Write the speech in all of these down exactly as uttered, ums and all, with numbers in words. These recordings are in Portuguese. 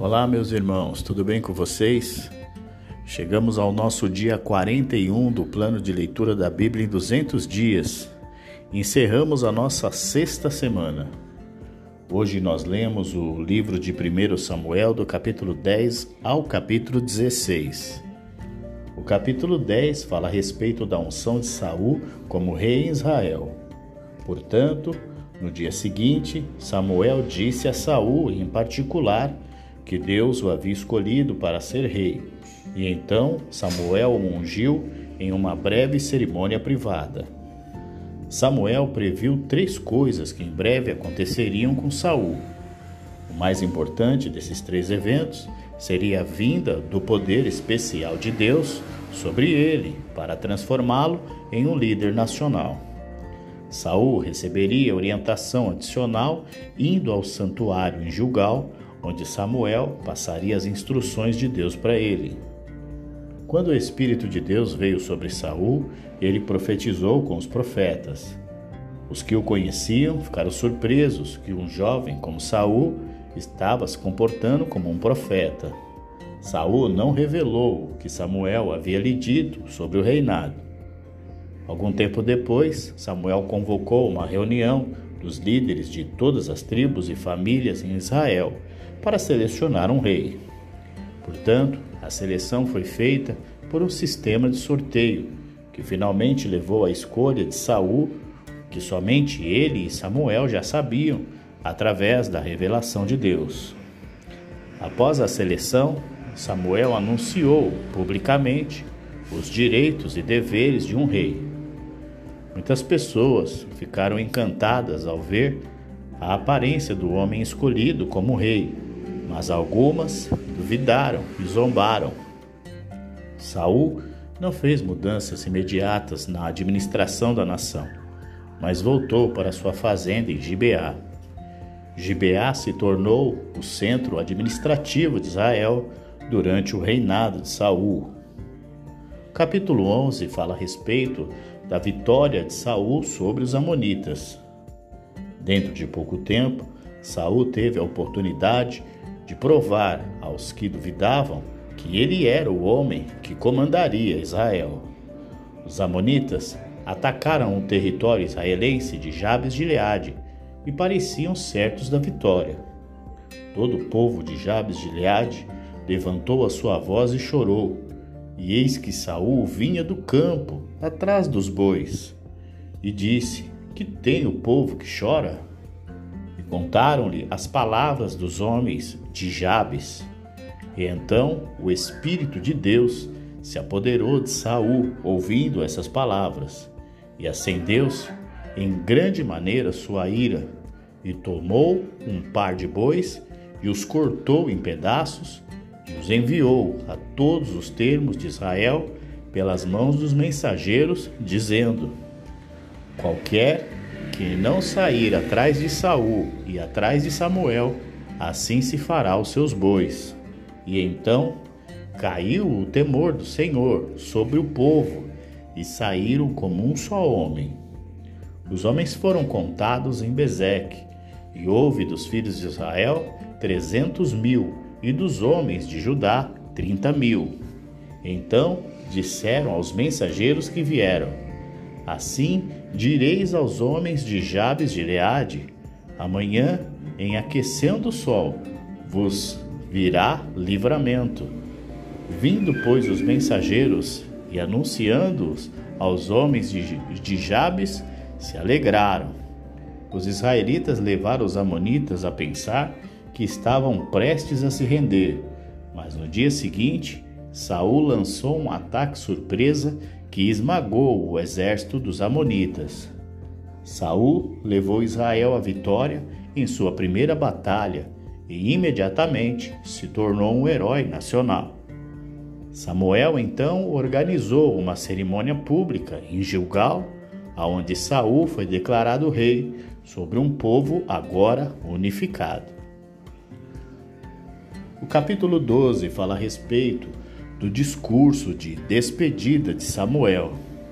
Olá, meus irmãos, tudo bem com vocês? Chegamos ao nosso dia quarenta e um do plano de leitura da Bíblia em duzentos dias. Encerramos a nossa sexta semana. Hoje nós lemos o livro de primeiro Samuel, do capítulo dez ao capítulo dezesseis. O capítulo dez fala a respeito da unção de Saul como rei em Israel. Portanto, no dia seguinte, Samuel disse a Saul, em particular, que Deus o havia escolhido para ser rei. E então Samuel o ungiu em uma breve cerimônia privada. Samuel previu três coisas que em breve aconteceriam com Saul. O mais importante desses três eventos seria a vinda do poder especial de Deus sobre ele para transformá-lo em um líder nacional. Saul receberia orientação adicional indo ao santuário em Gilgal, onde Samuel passaria as instruções de Deus para ele. Quando o Espírito de Deus veio sobre Saul, ele profetizou com os profetas. Os que o conheciam ficaram surpresos que um jovem como Saul estava se comportando como um profeta. Saul não revelou o que Samuel havia lhe dito sobre o reinado. Algum tempo depois, Samuel convocou uma reunião dos líderes de todas as tribos e famílias em Israel para selecionar um rei. Portanto, a seleção foi feita por um sistema de sorteio, que finalmente levou à escolha de Saul, que somente ele e Samuel já sabiam, através da revelação de Deus. Após a seleção, Samuel anunciou publicamente os direitos e deveres de um rei. Muitas pessoas ficaram encantadas ao ver a aparência do homem escolhido como rei, mas algumas duvidaram e zombaram. Saul não fez mudanças imediatas na administração da nação, mas voltou para sua fazenda em Gibeá. Gibeá se tornou o centro administrativo de Israel durante o reinado de Saul. O capítulo onze fala a respeito da vitória de Saul sobre os amonitas. Dentro de pouco tempo, Saul teve a oportunidade de provar aos que duvidavam que ele era o homem que comandaria Israel. Os amonitas atacaram o território israelense de Jabes de Gileade e pareciam certos da vitória. Todo o povo de Jabes de Gileade levantou a sua voz e chorou, e eis que Saul vinha do campo, atrás dos bois, e disse: "Que tem o povo que chora?" E contaram-lhe as palavras dos homens de Jabes. E então o Espírito de Deus se apoderou de Saul, ouvindo essas palavras, e acendeu-se em grande maneira sua ira, e tomou um par de bois e os cortou em pedaços e os enviou a todos os termos de Israel pelas mãos dos mensageiros, dizendo: "Qualquer que não sair atrás de Saul e atrás de Samuel, assim se fará aos seus bois." E então caiu o temor do Senhor sobre o povo, e saíram como um só homem. Os homens foram contados em Bezeque, e houve dos filhos de Israel trezentos mil, e dos homens de Judá trinta mil. Então disseram aos mensageiros que vieram: "Assim direis aos homens de Jabes de Gileade: amanhã, em aquecendo o sol, vos virá livramento." Vindo, pois, os mensageiros e anunciando-os aos homens de, de Jabes, se alegraram. Os israelitas levaram os amonitas a pensar que estavam prestes a se render, mas no dia seguinte, Saul lançou um ataque surpresa que esmagou o exército dos amonitas. Saul levou Israel à vitória em sua primeira batalha e imediatamente se tornou um herói nacional. Samuel então organizou uma cerimônia pública em Gilgal, aonde Saul foi declarado rei sobre um povo agora unificado. O capítulo doze fala a respeito do discurso de despedida de Samuel.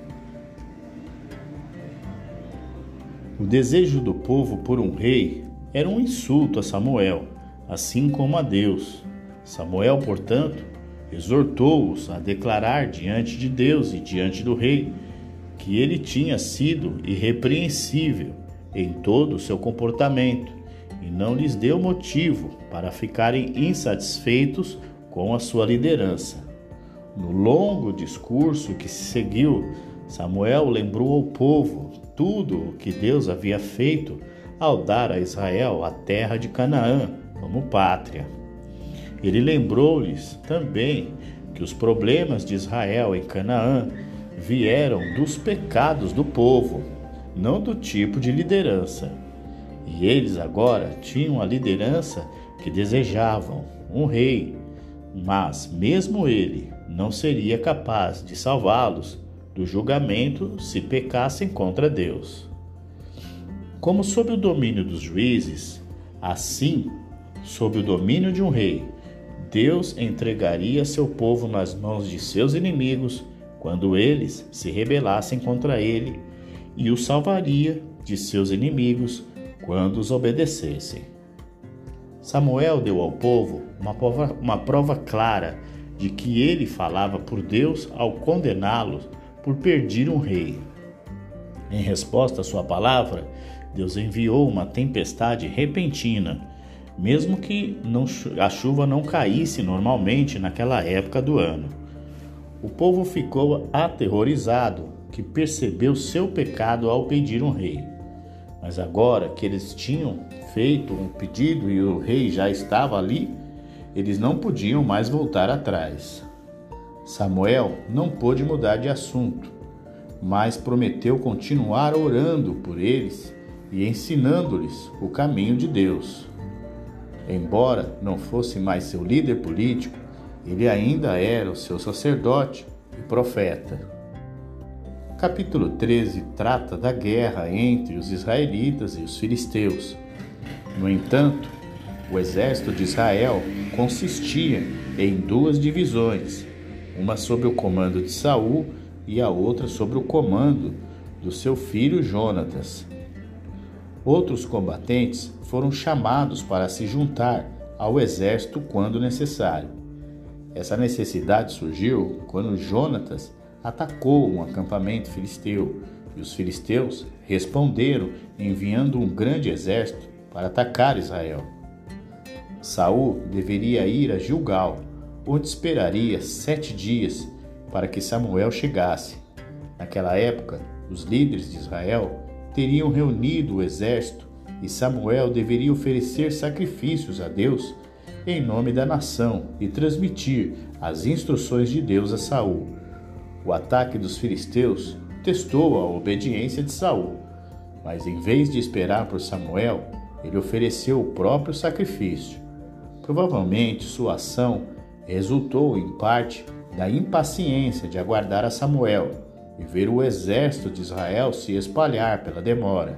O desejo do povo por um rei era um insulto a Samuel, assim como a Deus. Samuel, portanto, exortou-os a declarar diante de Deus e diante do rei que ele tinha sido irrepreensível em todo o seu comportamento e não lhes deu motivo para ficarem insatisfeitos com a sua liderança. No longo discurso que se seguiu, Samuel lembrou ao povo tudo o que Deus havia feito ao dar a Israel a terra de Canaã como pátria. Ele lembrou-lhes também que os problemas de Israel em Canaã vieram dos pecados do povo, não do tipo de liderança. E eles agora tinham a liderança que desejavam, um rei, mas mesmo ele não seria capaz de salvá-los do julgamento se pecassem contra Deus. Como sob o domínio dos juízes, assim, sob o domínio de um rei, Deus entregaria seu povo nas mãos de seus inimigos quando eles se rebelassem contra ele e o salvaria de seus inimigos quando os obedecessem. Samuel deu ao povo uma prova, uma prova clara de que ele falava por Deus ao condená-los por perder um rei. Em resposta à sua palavra, Deus enviou uma tempestade repentina, mesmo que não, a chuva não caísse normalmente naquela época do ano. O povo ficou aterrorizado, que percebeu seu pecado ao pedir um rei. Mas agora que eles tinham feito um pedido e o rei já estava ali, eles não podiam mais voltar atrás. Samuel não pôde mudar de assunto, mas prometeu continuar orando por eles e ensinando-lhes o caminho de Deus. Embora não fosse mais seu líder político, ele ainda era o seu sacerdote e profeta. Capítulo treze trata da guerra entre os israelitas e os filisteus. No entanto, o exército de Israel consistia em duas divisões, uma sob o comando de Saul e a outra sob o comando do seu filho Jonatas. Outros combatentes foram chamados para se juntar ao exército quando necessário. Essa necessidade surgiu quando Jonatas atacou um acampamento filisteu e os filisteus responderam enviando um grande exército para atacar Israel. Saul deveria ir a Gilgal, onde esperaria sete dias para que Samuel chegasse. Naquela época, os líderes de Israel teriam reunido o exército e Samuel deveria oferecer sacrifícios a Deus em nome da nação e transmitir as instruções de Deus a Saul. O ataque dos filisteus testou a obediência de Saul, mas em vez de esperar por Samuel, ele ofereceu o próprio sacrifício. Provavelmente sua ação resultou em parte da impaciência de aguardar a Samuel e ver o exército de Israel se espalhar pela demora.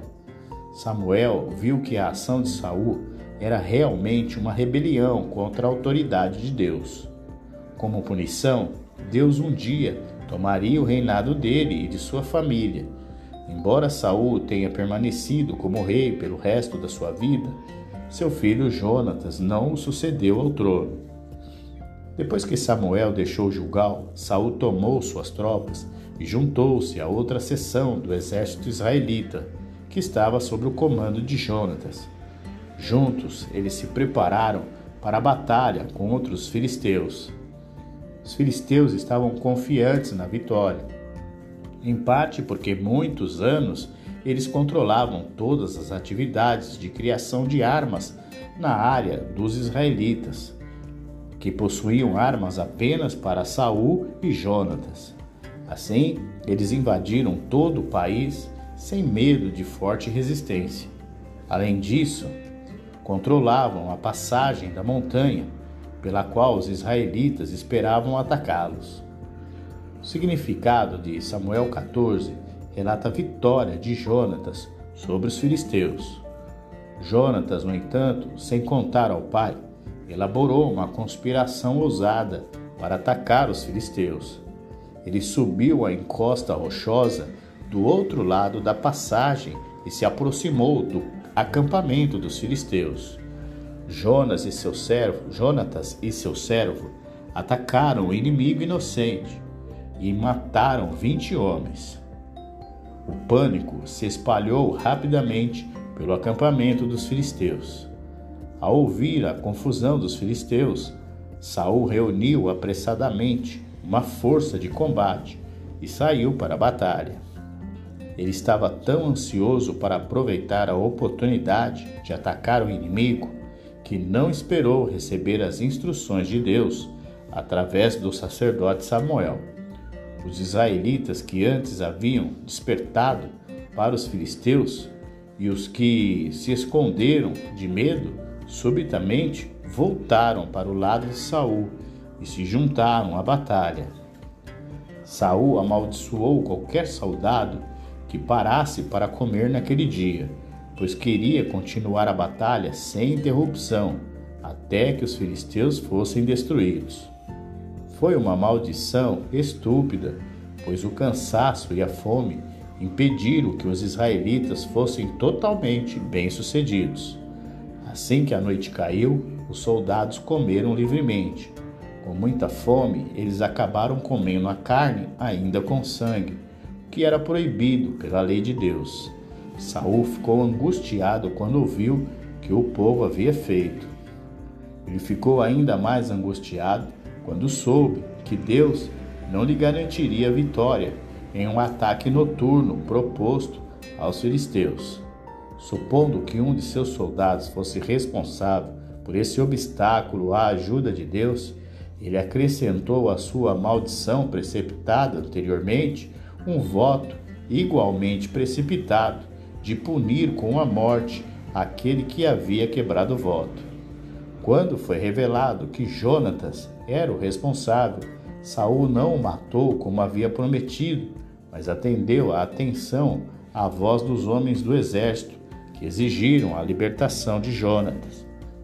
Samuel viu que a ação de Saul era realmente uma rebelião contra a autoridade de Deus. Como punição, Deus um dia tomaria o reinado dele e de sua família. Embora Saul tenha permanecido como rei pelo resto da sua vida, seu filho Jonatas não o sucedeu ao trono. Depois que Samuel deixou Gilgal, Saul tomou suas tropas e juntou-se a outra seção do exército israelita, que estava sob o comando de Jonatas. Juntos, eles se prepararam para a batalha contra os filisteus. Os filisteus estavam confiantes na vitória, em parte porque muitos anos eles controlavam todas as atividades de criação de armas na área dos israelitas, que possuíam armas apenas para Saul e Jonatas. Assim, eles invadiram todo o país sem medo de forte resistência. Além disso, controlavam a passagem da montanha pela qual os israelitas esperavam atacá-los. O significado de Samuel quatorze relata a vitória de Jonatas sobre os filisteus. Jonatas, no entanto, sem contar ao pai, elaborou uma conspiração ousada para atacar os filisteus. Ele subiu a encosta rochosa do outro lado da passagem e se aproximou do acampamento dos filisteus. Jonas e seu servo, Jonatas e seu servo atacaram o inimigo inocente e mataram vinte homens. O pânico se espalhou rapidamente pelo acampamento dos filisteus. Ao ouvir a confusão dos filisteus, Saul reuniu apressadamente uma força de combate e saiu para a batalha. Ele estava tão ansioso para aproveitar a oportunidade de atacar o inimigo que não esperou receber as instruções de Deus através do sacerdote Samuel. Os israelitas que antes haviam despertado para os filisteus e os que se esconderam de medo, subitamente voltaram para o lado de Saul e se juntaram à batalha. Saul amaldiçoou qualquer soldado que parasse para comer naquele dia, pois queria continuar a batalha sem interrupção até que os filisteus fossem destruídos. Foi uma maldição estúpida, pois o cansaço e a fome impediram que os israelitas fossem totalmente bem-sucedidos. Assim que a noite caiu, os soldados comeram livremente. Com muita fome, eles acabaram comendo a carne ainda com sangue, o que era proibido pela lei de Deus. Saul ficou angustiado quando ouviu que o povo havia feito. Ele ficou ainda mais angustiado quando soube que Deus não lhe garantiria a vitória em um ataque noturno proposto aos filisteus. Supondo que um de seus soldados fosse responsável por esse obstáculo à ajuda de Deus, ele acrescentou à sua maldição precipitada anteriormente um voto igualmente precipitado de punir com a morte aquele que havia quebrado o voto. Quando foi revelado que Jonatas era o responsável, Saul não o matou como havia prometido, mas atendeu a atenção à voz dos homens do exército que exigiram a libertação de Jonatas.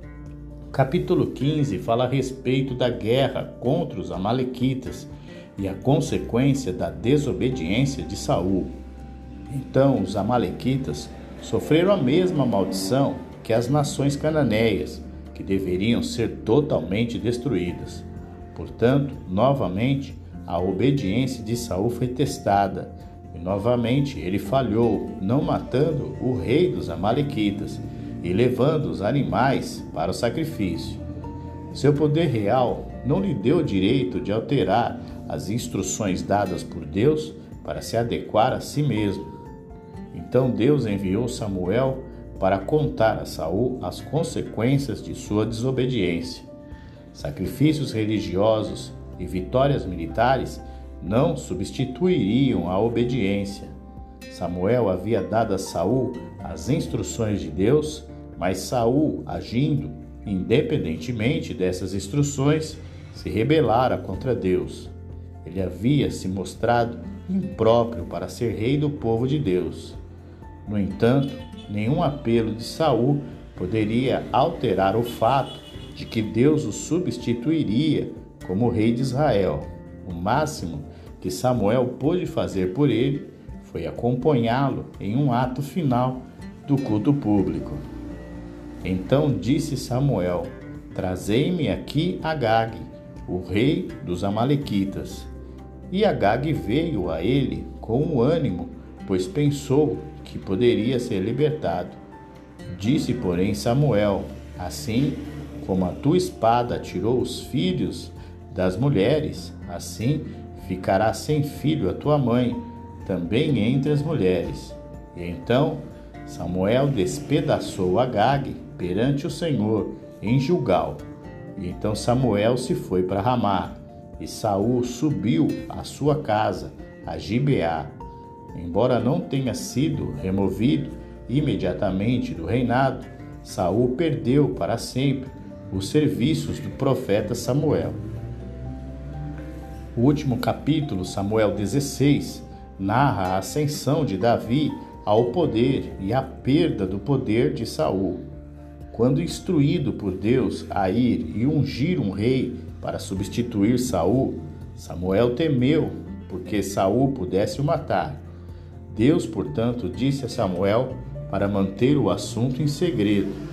O capítulo quinze fala a respeito da guerra contra os amalequitas e a consequência da desobediência de Saul. Então os amalequitas sofreram a mesma maldição que as nações cananeias, que deveriam ser totalmente destruídas. Portanto, novamente, a obediência de Saul foi testada, e novamente ele falhou, não matando o rei dos amalequitas e levando os animais para o sacrifício. Seu poder real não lhe deu o direito de alterar as instruções dadas por Deus para se adequar a si mesmo. Então Deus enviou Samuel para contar a Saul as consequências de sua desobediência. Sacrifícios religiosos e vitórias militares não substituiriam a obediência. Samuel havia dado a Saul as instruções de Deus, mas Saul, agindo independentemente dessas instruções, se rebelara contra Deus. Ele havia se mostrado impróprio para ser rei do povo de Deus. No entanto, nenhum apelo de Saul poderia alterar o fato de que Deus o substituiria como rei de Israel. O máximo que Samuel pôde fazer por ele foi acompanhá-lo em um ato final do culto público. Então disse Samuel: trazei-me aqui Agag, o rei dos amalequitas. E Agag veio a ele com ânimo, pois pensou que poderia ser libertado. Disse, porém, Samuel: assim como a tua espada tirou os filhos das mulheres, assim ficará sem filho a tua mãe, também entre as mulheres. E então Samuel despedaçou Agag perante o Senhor em Gilgal. E então Samuel se foi para Ramá, e Saul subiu à sua casa, a Gibeá. Embora não tenha sido removido imediatamente do reinado, Saul perdeu para sempre os serviços do profeta Samuel. O último capítulo, Samuel dezesseis, narra a ascensão de Davi ao poder e a perda do poder de Saul. Quando instruído por Deus a ir e ungir um rei para substituir Saul, Samuel temeu porque Saul pudesse o matar. Deus, portanto, disse a Samuel para manter o assunto em segredo.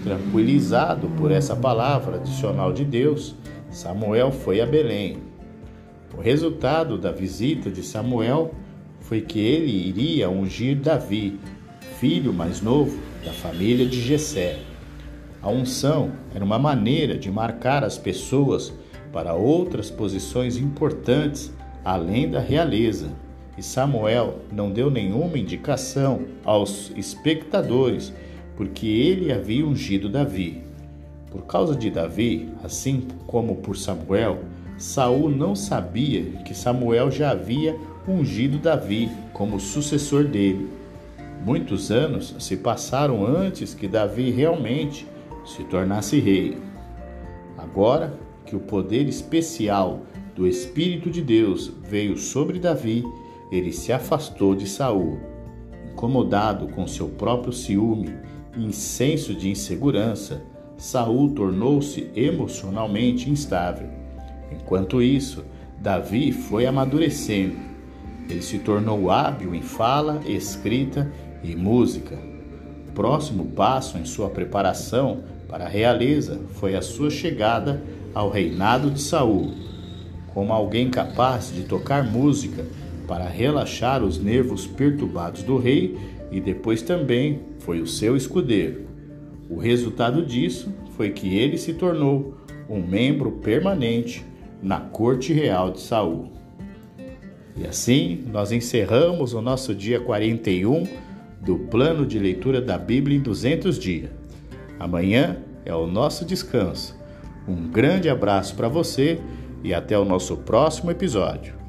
Tranquilizado por essa palavra adicional de Deus, Samuel foi a Belém. O resultado da visita de Samuel foi que ele iria ungir Davi, filho mais novo da família de Jessé. A unção era uma maneira de marcar as pessoas para outras posições importantes além da realeza, e Samuel não deu nenhuma indicação aos espectadores porque ele havia ungido Davi. Por causa de Davi, assim como por Samuel, Saul não sabia que Samuel já havia ungido Davi como sucessor dele. Muitos anos se passaram antes que Davi realmente se tornasse rei. Agora que o poder especial do Espírito de Deus veio sobre Davi, ele se afastou de Saul. Incomodado com seu próprio ciúme e senso de insegurança, Saul tornou-se emocionalmente instável. Enquanto isso, Davi foi amadurecendo. Ele se tornou hábil em fala, escrita e música. O próximo passo em sua preparação para a realeza foi a sua chegada ao reinado de Saul. Como alguém capaz de tocar música para relaxar os nervos perturbados do rei, e depois também foi o seu escudeiro. O resultado disso foi que ele se tornou um membro permanente na corte real de Saul. E assim nós encerramos o nosso dia quarenta e um do plano de leitura da Bíblia em duzentos dias. Amanhã é o nosso descanso. Um grande abraço para você e até o nosso próximo episódio.